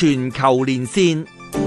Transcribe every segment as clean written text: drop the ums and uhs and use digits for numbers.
全球連線。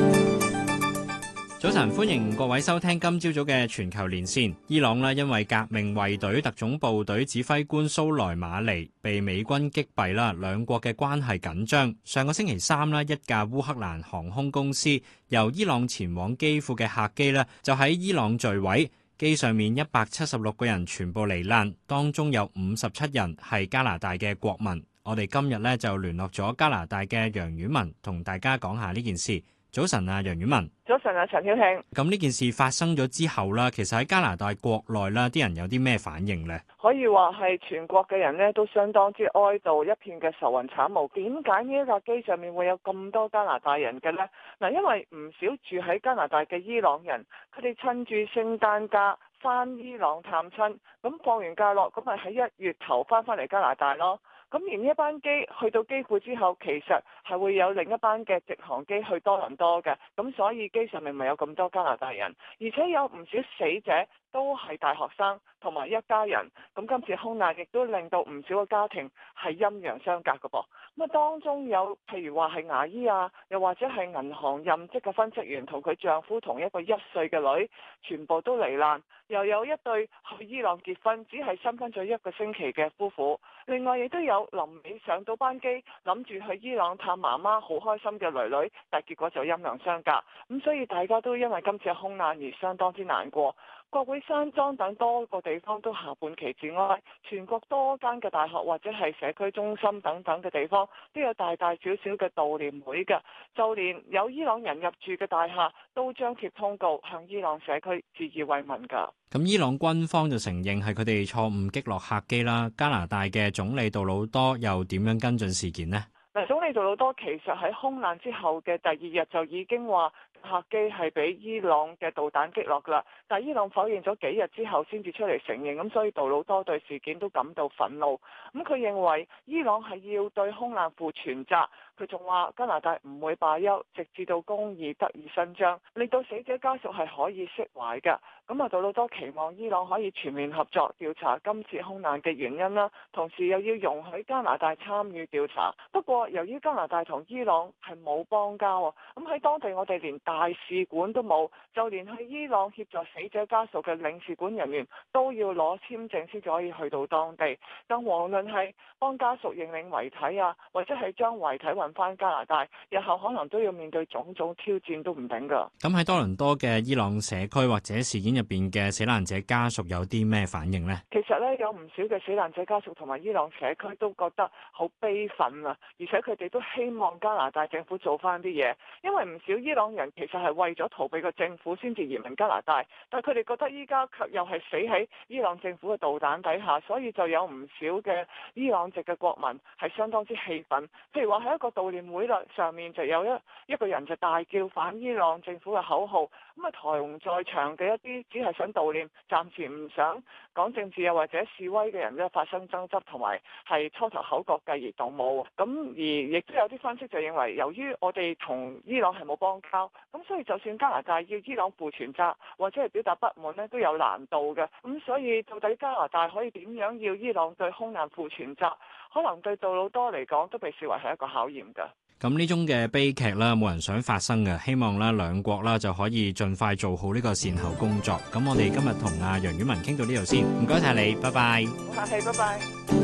早晨，歡迎各位收聽今朝早嘅全球連線。伊朗呢，因為革命衛隊特種部隊指揮官蘇萊馬尼被美軍擊斃啦，兩國嘅關係緊張。上個星期三呢，一架烏克蘭航空公司由伊朗前往基輔嘅客機呢，就喺伊朗墜毀，機上面176個人全部罹難，當中有57人係加拿大嘅國民。我哋今日呢，就聯絡咗加拿大嘅楊婉文，同大家講下呢件事。早晨啊，楊婉文。 早晨啊，陳曉慶。 咁呢件事發生咗之後啦，其實喺加拿大國內啦，啲人有啲咩反應呢？ 可以話係全國嘅人呢都相當之哀悼，一片嘅愁雲慘霧。點解呢一架機上面會有咁多加拿大人嘅呢？嗱，因為唔少住喺加拿大嘅伊朗人，佢哋趁住聖誕假翻伊朗探親，咁放完假落，咁咪喺1月頭翻嚟加拿大咯。咁而呢一班機去到基輔之後，其實係會有另一班嘅直航機去多倫多嘅，咁所以機上面咪有咁多加拿大人，而且有唔少死者都係大學生同埋一家人。咁今次空難亦都令到唔少嘅家庭係陰陽相隔嘅噃。咁啊，當中有譬如話係牙醫啊，又或者係銀行任職嘅分析員同佢丈夫同一個1歲嘅女，全部都罹難。又有一對去伊朗結婚，只係新婚咗1個星期嘅夫婦。另外亦都有臨尾上到班機，諗住去伊朗探媽媽，好開心嘅囡囡，但結果就陰陽相隔。咁所以大家都因為今次嘅空難而相當之難過。國會山莊等多個地方都下半旗致哀，全國多間嘅大學或者係社區中心等等嘅地方都有大大小小嘅悼念會嘅，就連有伊朗人入住嘅大廈都張貼通告向伊朗社區致以慰問㗎。 咁伊朗軍方就承認係佢哋錯誤擊落客機啦。加拿大嘅總理杜魯多又點樣跟進事件呢？ 嗱，總理杜魯多其實喺空難之後嘅第2日就已經話客機係俾伊朗嘅導彈擊落㗎啦，但係伊朗否認咗幾日之後先至出嚟承認，咁所以杜魯多對事件都感到憤怒。咁佢認為伊朗係要對空難負全責，佢仲話加拿大唔會罷休，直至到公義得以伸張，令到死者家屬係可以釋懷㗎。咁啊，杜魯多期望伊朗可以全面合作調查今次空難嘅原因啦，同時又要容許加拿大參與調查。不過由於加拿大同伊朗係冇邦交啊，咁喺當地我哋連大使館都冇，就連去伊朗協助死者家屬嘅領事館人員都要攞簽證先至可以去到當地。更遑論係幫家屬認領遺體啊，或者係將遺體運翻加拿大，日後可能都要面對種種挑戰都唔定㗎。 咁喺多倫多嘅伊朗社區或者事件入邊嘅死難者家屬有啲咩反應呢？ 其實咧有唔少嘅死難者家屬同埋伊朗社區都覺得好悲憤啊，而且佢哋都希望加拿大政府做翻啲嘢，因為唔少伊朗人其實係為咗逃避個政府先至移民加拿大，但係佢哋覺得依家卻又係死喺伊朗政府嘅導彈底下，所以就有唔少嘅伊朗籍嘅國民係相當之氣憤。譬如話喺一個悼念會上面就有一個人就大叫反伊朗政府嘅口號，咁啊同在場嘅一啲只係想悼念，暫時唔想講政治又或者示威嘅人咧發生爭執，同埋係初頭口角繼而動武。咁而亦都有啲分析就認為，由於我哋同伊朗係冇邦交，咁所以就算加拿大要伊朗負全責或者係表達不滿呢都有難度嘅。咁所以到底加拿大可以點樣要伊朗對空難負全責，可能對杜魯多嚟講都被視為係一個考驗㗎。 咁呢種嘅悲劇啦，冇人想發生嘅，希望啦兩國啦就可以盡快做好呢個善後工作。咁我哋今日同阿楊婉文傾到呢度先，唔該晒你，拜拜。 唔客氣，拜拜。